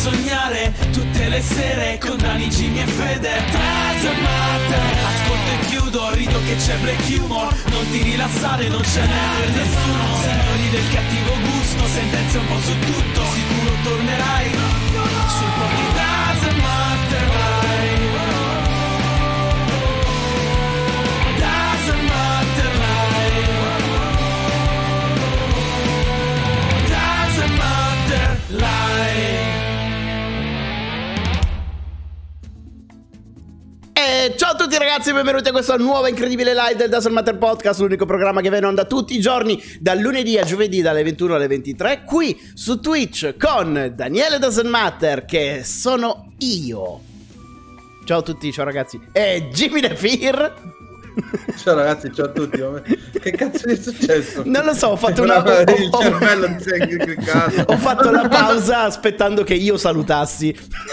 sognare tutte le sere con Dani, Jimmy e Fede. Doesn't matter. Ascolto e chiudo, rido che c'è black humor. Non ti rilassare, non ce n'è per nessuno. Signori del cattivo gusto, sentenze un po' su tutto. Sicuro tornerai sul pochi. Doesn't matter mai. Doesn't matter mai. Doesn't matter mai. Ciao a tutti ragazzi, benvenuti a questa nuova incredibile live del Doesn't Matter Podcast, l'unico programma che viene in onda tutti i giorni dal lunedì a giovedì dalle 21 alle 23 qui su Twitch con Daniele Doesn't Matter, che sono io. Ciao a tutti, ciao ragazzi. E Jimmy The Fear. Ciao ragazzi, ciao a tutti. Che cazzo è successo? Non lo so, ho fatto il cervello ti sei cliccato. Ho fatto la pausa aspettando che io salutassi.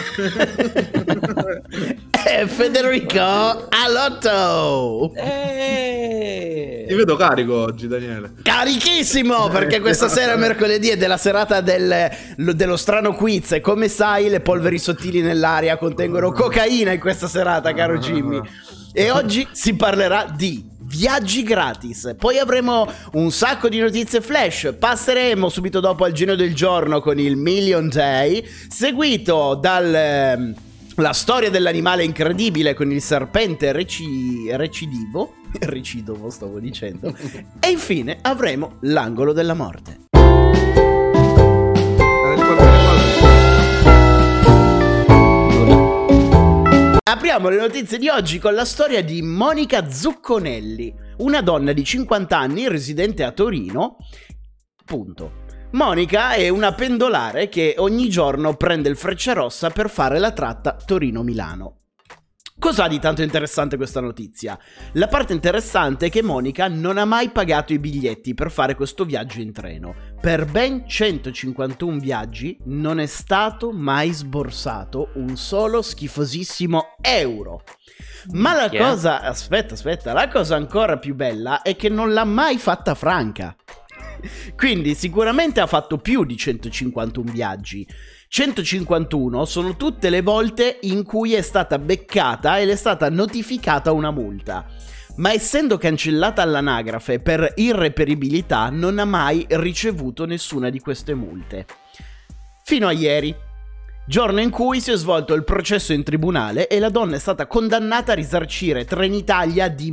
Federico Alotto. Ti vedo carico oggi, Daniele. Carichissimo, perché questa sera è mercoledì ed è la serata dello strano quiz. E come sai, le polveri sottili nell'aria contengono cocaina in questa serata, caro Jimmy. E oggi si parlerà di viaggi gratis. Poi avremo un sacco di notizie flash. Passeremo subito dopo al genio del giorno con il Million Day, seguito dal la storia dell'animale incredibile con il serpente recidivo stavo dicendo. E infine avremo l'angolo della morte. Apriamo le notizie di oggi con la storia di Monica Zucconelli, una donna di 50 anni residente a Torino. Punto. Monica è una pendolare che ogni giorno prende il Frecciarossa per fare la tratta Torino-Milano. Cos'ha di tanto interessante questa notizia? La parte interessante è che Monica non ha mai pagato i biglietti per fare questo viaggio in treno. Per ben 151 viaggi non è stato mai sborsato un solo schifosissimo euro. Ma la cosa... Aspetta, la cosa ancora più bella è che non l'ha mai fatta franca. Quindi sicuramente ha fatto più di 151 viaggi. 151 sono tutte le volte in cui è stata beccata e le è stata notificata una multa. Ma essendo cancellata all'anagrafe per irreperibilità, non ha mai ricevuto nessuna di queste multe. Fino a ieri, giorno in cui si è svolto il processo in tribunale e la donna è stata condannata a risarcire Trenitalia di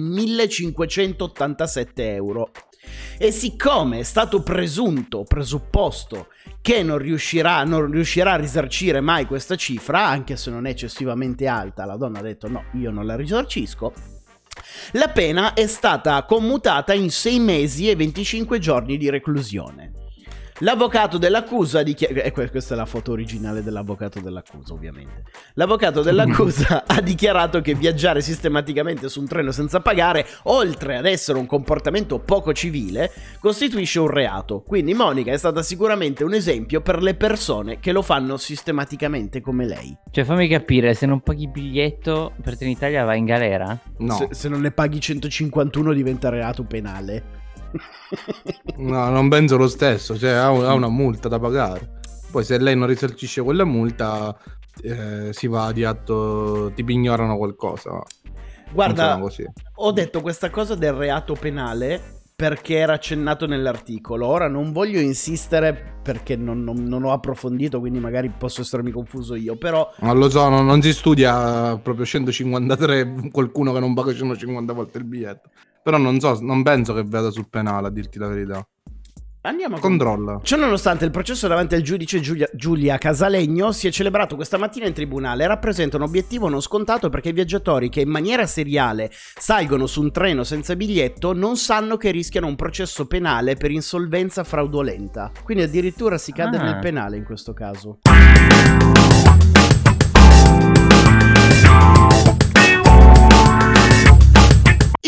1587 euro. E siccome è stato presupposto che non riuscirà a risarcire mai questa cifra, anche se non è eccessivamente alta, la donna ha detto no, io non la risarcisco, la pena è stata commutata in 6 mesi e 25 giorni di reclusione. L'avvocato dell'accusa questa è la foto originale dell'avvocato dell'accusa, ovviamente. L'avvocato dell'accusa ha dichiarato che viaggiare sistematicamente su un treno senza pagare, oltre ad essere un comportamento poco civile, costituisce un reato. Quindi Monica è stata sicuramente un esempio per le persone che lo fanno sistematicamente come lei. Cioè, fammi capire, se non paghi il biglietto per Trenitalia vai in galera? No. Se non ne paghi 151 diventa reato penale. No, non penso lo stesso, cioè ha una multa da pagare. Poi se lei non risarcisce quella multa si va di atto, ti pignorano qualcosa. Guarda, ho detto questa cosa del reato penale perché era accennato nell'articolo. Ora non voglio insistere perché non ho approfondito, quindi magari posso essermi confuso io, però... Non lo so, non si studia proprio 153 qualcuno che non paga 150 volte il biglietto. Però non so, non penso che vada sul penale, a dirti la verità. Andiamo a controlla. Ciò nonostante, il processo davanti al giudice Giulia Casalegno si è celebrato questa mattina in tribunale e rappresenta un obiettivo non scontato perché i viaggiatori che in maniera seriale salgono su un treno senza biglietto non sanno che rischiano un processo penale per insolvenza fraudolenta. Quindi addirittura si cade nel penale in questo caso.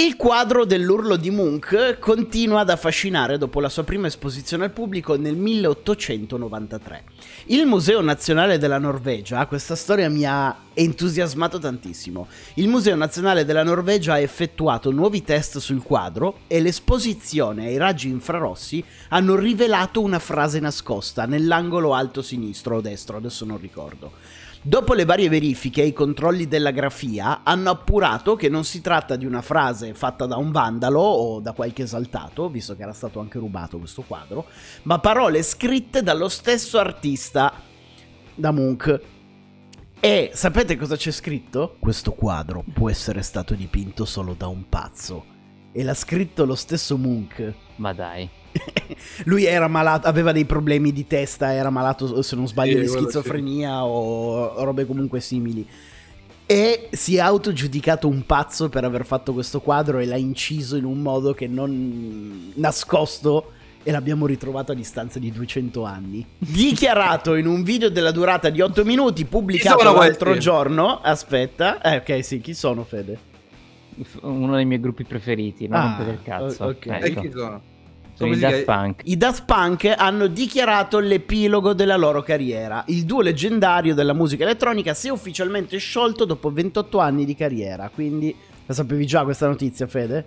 Il quadro dell'Urlo di Munch continua ad affascinare dopo la sua prima esposizione al pubblico nel 1893. Il Museo Nazionale della Norvegia, questa storia mi ha entusiasmato tantissimo. Il Museo Nazionale della Norvegia ha effettuato nuovi test sul quadro e l'esposizione ai raggi infrarossi hanno rivelato una frase nascosta nell'angolo alto sinistro o destro, adesso non ricordo. Dopo le varie verifiche e i controlli della grafia hanno appurato che non si tratta di una frase fatta da un vandalo o da qualche esaltato, visto che era stato anche rubato questo quadro, ma parole scritte dallo stesso artista, da Munch. E sapete cosa c'è scritto? Questo quadro può essere stato dipinto solo da un pazzo. E l'ha scritto lo stesso Munch. Ma dai. Lui era malato, aveva dei problemi di testa, era malato, se non sbaglio, di schizofrenia o robe comunque simili. E si è autogiudicato un pazzo per aver fatto questo quadro e l'ha inciso in un modo che non nascosto, e l'abbiamo ritrovato a distanza di 200 anni. Dichiarato in un video della durata di 8 minuti pubblicato l'altro giorno. Aspetta, ok, sì, chi sono, Fede? Uno dei miei gruppi preferiti, non rompete il cazzo. Ok. Ecco. E chi sono? Sono i Daft Punk. I Daft Punk hanno dichiarato l'epilogo della loro carriera. Il duo leggendario della musica elettronica si è ufficialmente sciolto dopo 28 anni di carriera. Quindi la sapevi già questa notizia, Fede?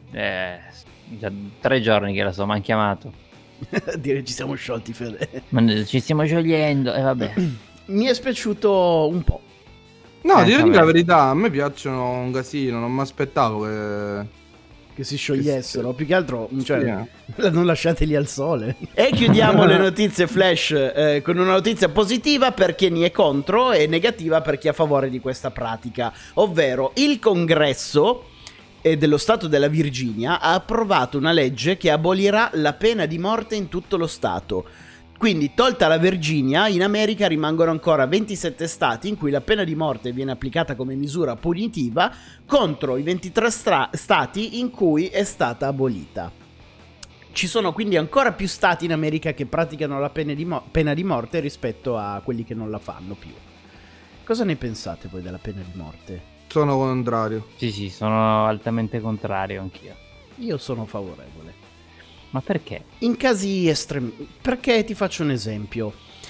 Già 3 giorni che la so, mi hanno chiamato. Dire ci siamo sciolti, Fede. Ma ci stiamo sciogliendo, e vabbè. Mi è spiaciuto un po'. No, devo dire vabbè. la verità, a me piacciono un casino, non mi aspettavo Che si sciogliessero, più che altro, cioè, Sì. non lasciateli al sole. E chiudiamo le notizie flash con una notizia positiva per chi è contro e negativa per chi è a favore di questa pratica, ovvero il Congresso dello Stato della Virginia ha approvato una legge che abolirà la pena di morte in tutto lo Stato. Quindi, tolta la Virginia, in America rimangono ancora 27 stati in cui la pena di morte viene applicata come misura punitiva contro i 23 stati in cui è stata abolita. Ci sono quindi ancora più stati in America che praticano la pena di morte rispetto a quelli che non la fanno più. Cosa ne pensate voi della pena di morte? Sono contrario. Sì, sono altamente contrario anch'io. Io sono favorevole. Ma perché? In casi estremi, perché ti faccio un esempio.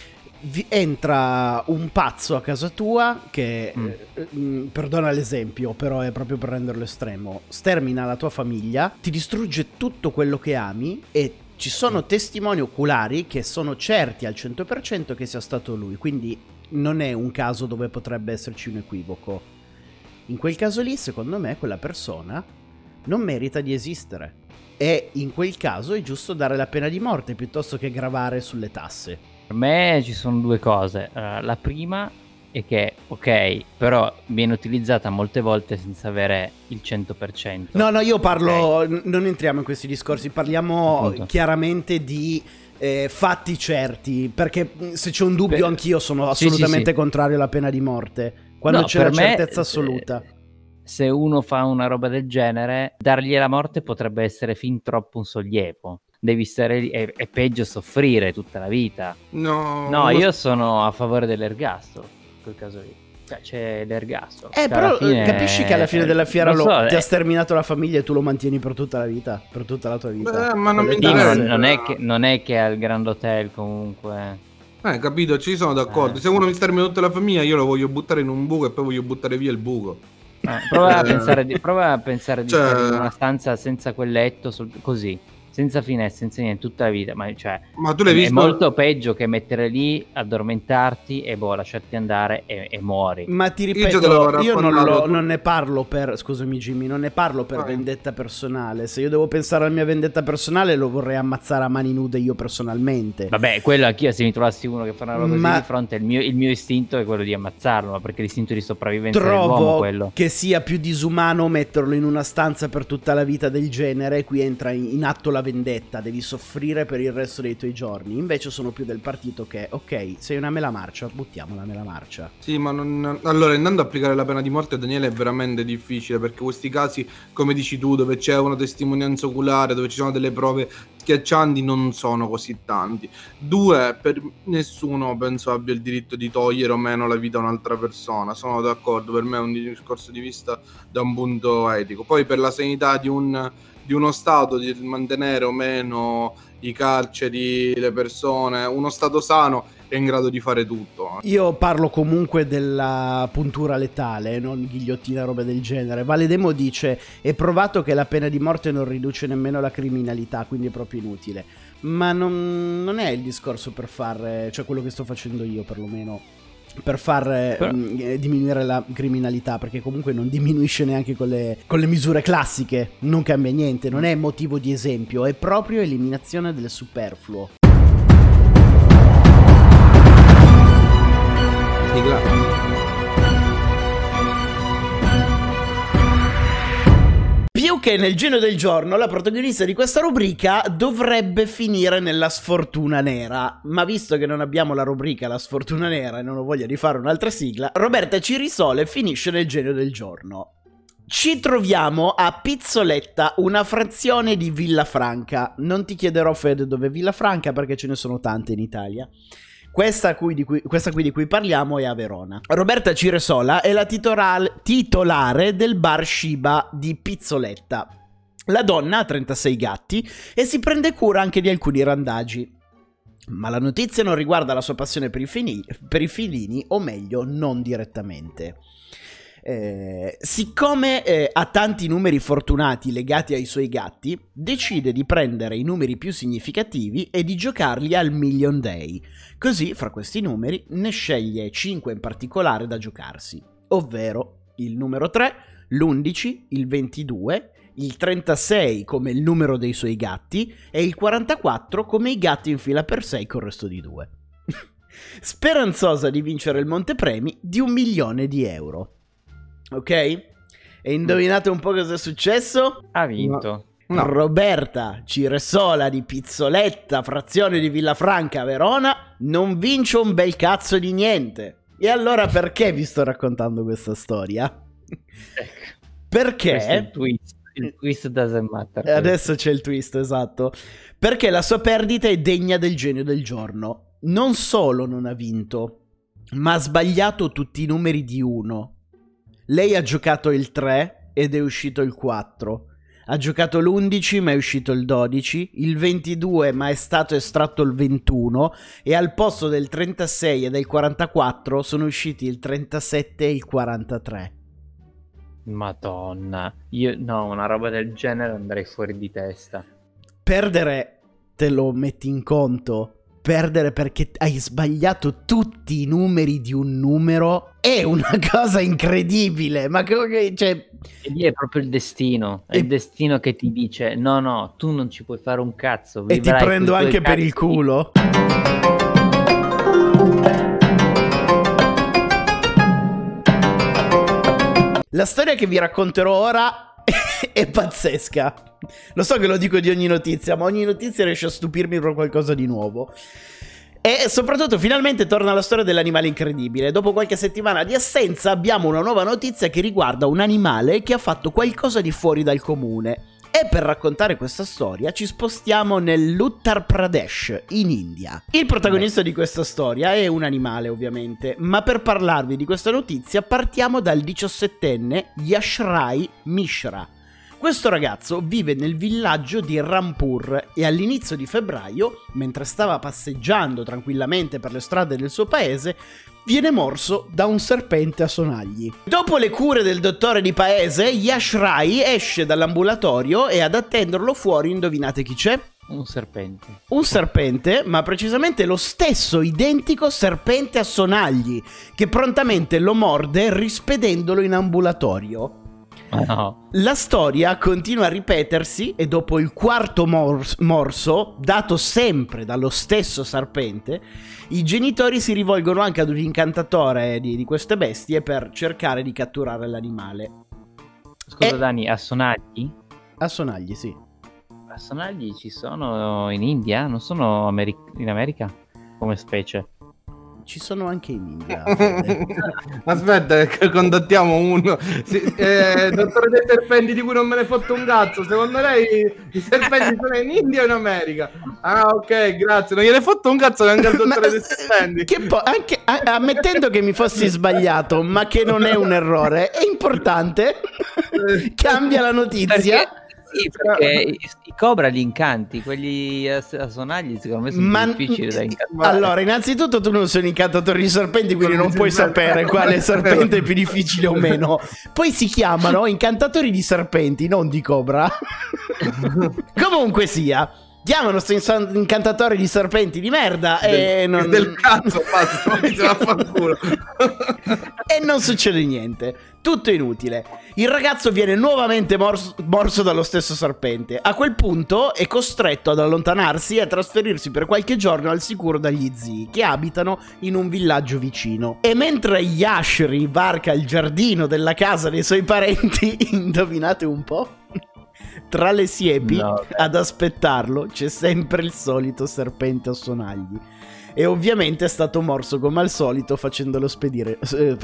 Entra un pazzo a casa tua che, perdona l'esempio, però è proprio per renderlo estremo, stermina la tua famiglia, ti distrugge tutto quello che ami e ci sono testimoni oculari che sono certi al 100% che sia stato lui, quindi non è un caso dove potrebbe esserci un equivoco. In quel caso lì, secondo me, quella persona non merita di esistere. E in quel caso è giusto dare la pena di morte piuttosto che gravare sulle tasse. Per me ci sono due cose. La prima è che, ok, però viene utilizzata molte volte senza avere il 100%. No, io parlo, Okay. non entriamo in questi discorsi, parliamo Appunto. chiaramente di fatti certi, perché se c'è un dubbio anch'io sono Sì, assolutamente sì. contrario alla pena di morte, quando No, c'è per la me, certezza assoluta. Se uno fa una roba del genere, dargli la morte potrebbe essere fin troppo un sollievo. Devi stare lì, è peggio soffrire tutta la vita. No, io sono a favore dell'ergastolo in quel caso lì. Cioè, c'è l'ergastolo. Cioè, Però alla fine- capisci che alla fine della fiera lo so, ti ha sterminato la famiglia e tu lo mantieni per tutta la vita, per tutta la tua vita. Ma non mi Con le Sì, ma tasse. non è che al Grand Hotel comunque. Capito, ci sono d'accordo. Se uno mi stermina tutta la famiglia, io lo voglio buttare in un buco e poi voglio buttare via il buco. Prova a pensare di Cioè- stare in una stanza senza quel letto, così, senza finestre, senza niente, tutta la vita. Ma Ma tu l'hai visto? è molto peggio che mettere lì, addormentarti e lasciarti andare e muori. Ma ti Io ripeto, te l'avevo io raccontato. non ne parlo per, scusami Jimmy, non ne parlo per Vai. vendetta personale. Se io devo pensare alla mia vendetta personale lo vorrei ammazzare a mani nude io personalmente. Vabbè, quello anch'io, se mi trovassi uno che fa una roba così Ma- di fronte, il mio istinto è quello di ammazzarlo, ma perché l'istinto di sopravvivenza dell'uomo Trovo quello. che sia più disumano metterlo in una stanza per tutta la vita del genere. Qui entra in atto la vendetta, devi soffrire per il resto dei tuoi giorni. Invece sono più del partito che, ok, sei una mela marcia, buttiamola nella marcia. Sì, ma non... Allora, andando a applicare la pena di morte, Daniele, è veramente difficile, perché questi casi, come dici tu, dove c'è una testimonianza oculare, dove ci sono delle prove schiaccianti, non sono così tanti. 2, per nessuno penso abbia il diritto di togliere o meno la vita a un'altra persona, sono d'accordo, per me è un discorso di vista da un punto etico. Poi per la sanità di uno Stato, di mantenere o meno i carceri, le persone, uno Stato sano è in grado di fare tutto. Io parlo comunque della puntura letale, non ghigliottina, roba del genere. Valedemo dice: è provato che la pena di morte non riduce nemmeno la criminalità, quindi è proprio inutile. Ma non è il discorso per fare, cioè quello che sto facendo io perlomeno, per far diminuire la criminalità, perché comunque non diminuisce neanche con le misure classiche, non cambia niente, non è motivo di esempio, è proprio eliminazione del superfluo. Più che nel genio del giorno, la protagonista di questa rubrica dovrebbe finire nella sfortuna nera, ma visto che non abbiamo la rubrica La sfortuna nera e non ho voglia di fare un'altra sigla, Roberta Cirisole finisce nel genio del giorno. Ci troviamo a Pizzoletta, una frazione di Villafranca. Non ti chiederò, Fede, dove è Villafranca, perché ce ne sono tante in Italia. Questa qui di cui parliamo è a Verona. Roberta Ciresola è la titolare del bar Shiba di Pizzoletta. La donna ha 36 gatti e si prende cura anche di alcuni randagi. Ma la notizia non riguarda la sua passione per i felini, o meglio, non direttamente. Siccome ha tanti numeri fortunati legati ai suoi gatti, decide di prendere i numeri più significativi e di giocarli al Million Day. Così, fra questi numeri, ne sceglie 5 in particolare da giocarsi, ovvero il numero 3, l'11, il 22, il 36 come il numero dei suoi gatti e il 44 come i gatti in fila per 6 col resto di 2. Speranzosa di vincere il montepremi di 1 milione di euro. Ok? E indovinate un po' cosa è successo? Ha vinto. No. Roberta Ciresola di Pizzoletta, frazione di Villafranca, Verona, non vince un bel cazzo di niente. E allora perché vi sto raccontando questa storia? Perché il twist doesn't matter. Adesso c'è il twist, esatto. Perché la sua perdita è degna del genio del giorno. Non solo non ha vinto, ma ha sbagliato tutti i numeri di 1. Lei ha giocato il 3 ed è uscito il 4. Ha giocato l'11 ma è uscito il 12, il 22 ma è stato estratto il 21 e al posto del 36 e del 44 sono usciti il 37 e il 43. Madonna, io no, una roba del genere andrei fuori di testa. Perdere, te lo metti in conto, perdere perché hai sbagliato tutti i numeri di un numero è una cosa incredibile, ma cioè... E lì è proprio il destino, è il destino che ti dice no, tu non ci puoi fare un cazzo. E ti prendo anche per il culo. La storia che vi racconterò ora è pazzesca. Lo so che lo dico di ogni notizia, ma ogni notizia riesce a stupirmi per qualcosa di nuovo. E soprattutto finalmente torna la storia dell'animale incredibile. Dopo qualche settimana di assenza abbiamo una nuova notizia che riguarda un animale che ha fatto qualcosa di fuori dal comune. E per raccontare questa storia ci spostiamo nell'Uttar Pradesh, in India. Il protagonista di questa storia è un animale, ovviamente, ma per parlarvi di questa notizia partiamo dal 17enne Yashrai Mishra. Questo ragazzo vive nel villaggio di Rampur e all'inizio di febbraio, mentre stava passeggiando tranquillamente per le strade del suo paese, viene morso da un serpente a sonagli. Dopo le cure del dottore di paese, Yashrai esce dall'ambulatorio e ad attenderlo fuori, indovinate chi c'è? Un serpente. Un serpente, ma precisamente lo stesso identico serpente a sonagli, che prontamente lo morde rispedendolo in ambulatorio. No. La storia continua a ripetersi e dopo il quarto morso, dato sempre dallo stesso serpente, i genitori si rivolgono anche ad un incantatore di queste bestie per cercare di catturare l'animale. Scusa Dani, a sonagli? A sonagli, sì. Sonagli ci sono in India? Non sono in America come specie? Ci sono anche in India. Aspetta, che contattiamo uno. Dottore dei serpenti di cui non me ne fotto un cazzo. Secondo lei i serpenti sono in India o in America? Ah, ok, grazie. Non gliene fotto un cazzo neanche al dottore dei serpenti. Che anche ammettendo che mi fossi sbagliato, ma che non è un errore, è importante. Cambia la notizia. Sì, perché i cobra li incanti, quelli a sonagli secondo me sono difficili da incantare. Allora, innanzitutto tu non sei un incantatore di serpenti, quindi non puoi sapere quale serpente è più difficile o meno. Poi si chiamano incantatori di serpenti, non di cobra. Comunque sia, chiamano sto incantatore di serpenti di merda del cazzo, basta, e non succede niente. Tutto inutile. Il ragazzo viene nuovamente morso dallo stesso serpente. A quel punto è costretto ad allontanarsi e a trasferirsi per qualche giorno al sicuro dagli zii, che abitano in un villaggio vicino. E mentre Yashri varca il giardino della casa dei suoi parenti, indovinate un po'? Tra le siepi, ad aspettarlo, c'è sempre il solito serpente a sonagli. E ovviamente è stato morso come al solito, facendolo finire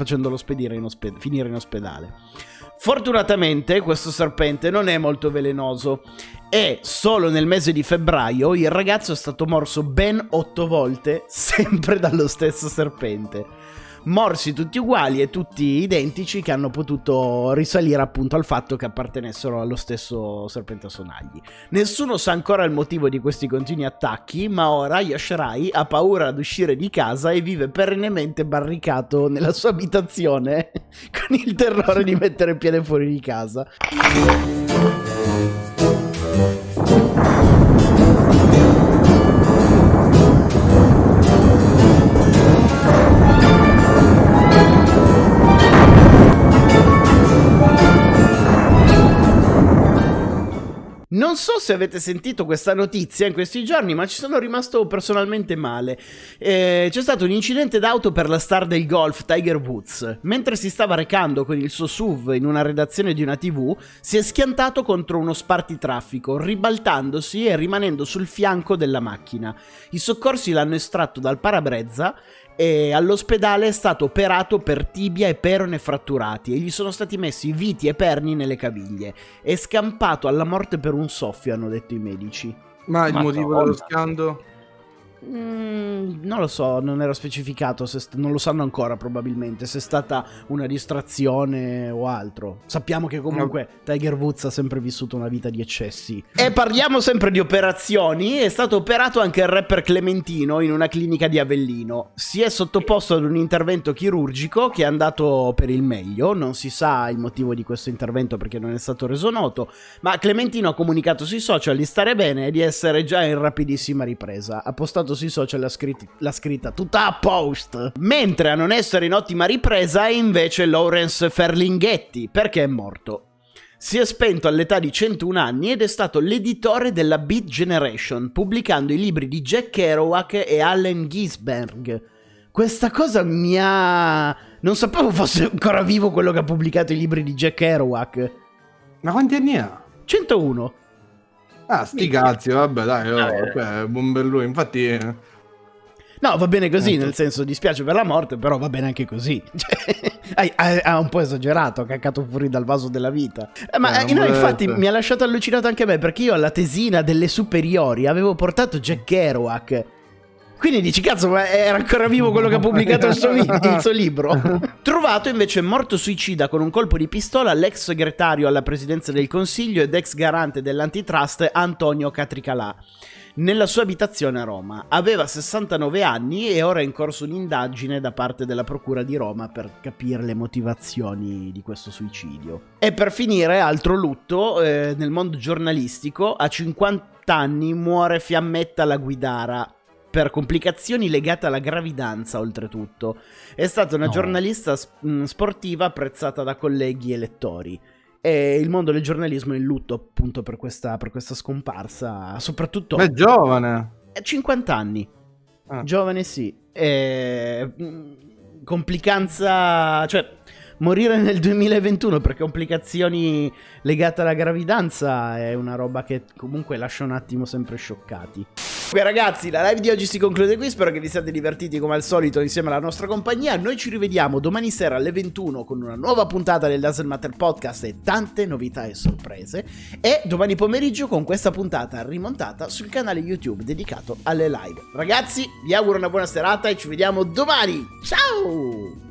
in ospedale. Fortunatamente questo serpente non è molto velenoso e solo nel mese di febbraio il ragazzo è stato morso ben 8 volte, sempre dallo stesso serpente. Morsi tutti uguali e tutti identici, che hanno potuto risalire appunto al fatto che appartenessero allo stesso serpente a sonagli. Nessuno sa ancora il motivo di questi continui attacchi, ma ora Yashrai ha paura ad uscire di casa e vive perennemente barricato nella sua abitazione con il terrore di mettere piede fuori di casa. Non so se avete sentito questa notizia in questi giorni, ma ci sono rimasto personalmente male. C'è stato un incidente d'auto per la star del golf Tiger Woods. Mentre si stava recando con il suo SUV in una redazione di una TV, si è schiantato contro uno spartitraffico, ribaltandosi e rimanendo sul fianco della macchina. I soccorsi l'hanno estratto dal parabrezza e all'ospedale è stato operato per tibia e perone fratturati e gli sono stati messi viti e perni nelle caviglie. È scampato alla morte per un soffio, hanno detto i medici. Ma il motivo dello schianto? Non lo so, non era specificato, non lo sanno ancora probabilmente, se è stata una distrazione o altro. Sappiamo che comunque Tiger Woods ha sempre vissuto una vita di eccessi. E parliamo sempre di operazioni. È stato operato anche il rapper Clementino in una clinica di Avellino. Si è sottoposto ad un intervento chirurgico che è andato per il meglio. Non si sa il motivo di questo intervento perché non è stato reso noto, ma Clementino ha comunicato sui social di stare bene e di essere già in rapidissima ripresa. Ha postato sui social la scritta tutta a post. Mentre a non essere in ottima ripresa è invece Lawrence Ferlinghetti, perché è morto. Si è spento all'età di 101 anni ed è stato l'editore della Beat Generation, pubblicando i libri di Jack Kerouac e Allen Ginsberg. Questa cosa mi ha... non sapevo fosse ancora vivo quello che ha pubblicato i libri di Jack Kerouac. Ma quanti anni ha? 101. Ah, sti cazzi, vabbè, dai, buon per lui, infatti... No, va bene così, nel senso, dispiace per la morte, però va bene anche così. Cioè, ha un po' esagerato, ha caccato fuori dal vaso della vita. Ma no, infatti mi ha lasciato allucinato anche me, perché io alla tesina delle superiori avevo portato Jack Kerouac. Quindi dici, cazzo, ma era ancora vivo quello che ha pubblicato il suo libro? Trovato invece morto suicida con un colpo di pistola l'ex segretario alla presidenza del Consiglio ed ex garante dell'antitrust Antonio Catricalà nella sua abitazione a Roma. Aveva 69 anni e ora è in corso un'indagine da parte della Procura di Roma per capire le motivazioni di questo suicidio. E per finire, altro lutto, nel mondo giornalistico, a 50 anni muore Fiammetta Laguidara, per complicazioni legate alla gravidanza, oltretutto. È stata una giornalista sportiva apprezzata da colleghi e lettori. E il mondo del giornalismo è in lutto appunto per questa scomparsa, soprattutto... È giovane! 50 anni. Giovane sì. Complicanza... cioè... morire nel 2021 per complicazioni legate alla gravidanza è una roba che comunque lascia un attimo sempre scioccati. Ok ragazzi, la live di oggi si conclude qui, spero che vi siate divertiti come al solito insieme alla nostra compagnia. Noi ci rivediamo domani sera alle 21 con una nuova puntata del Doesn't Matter Podcast e tante novità e sorprese, e domani pomeriggio con questa puntata rimontata sul canale YouTube dedicato alle live. Ragazzi, vi auguro una buona serata e ci vediamo domani, ciao!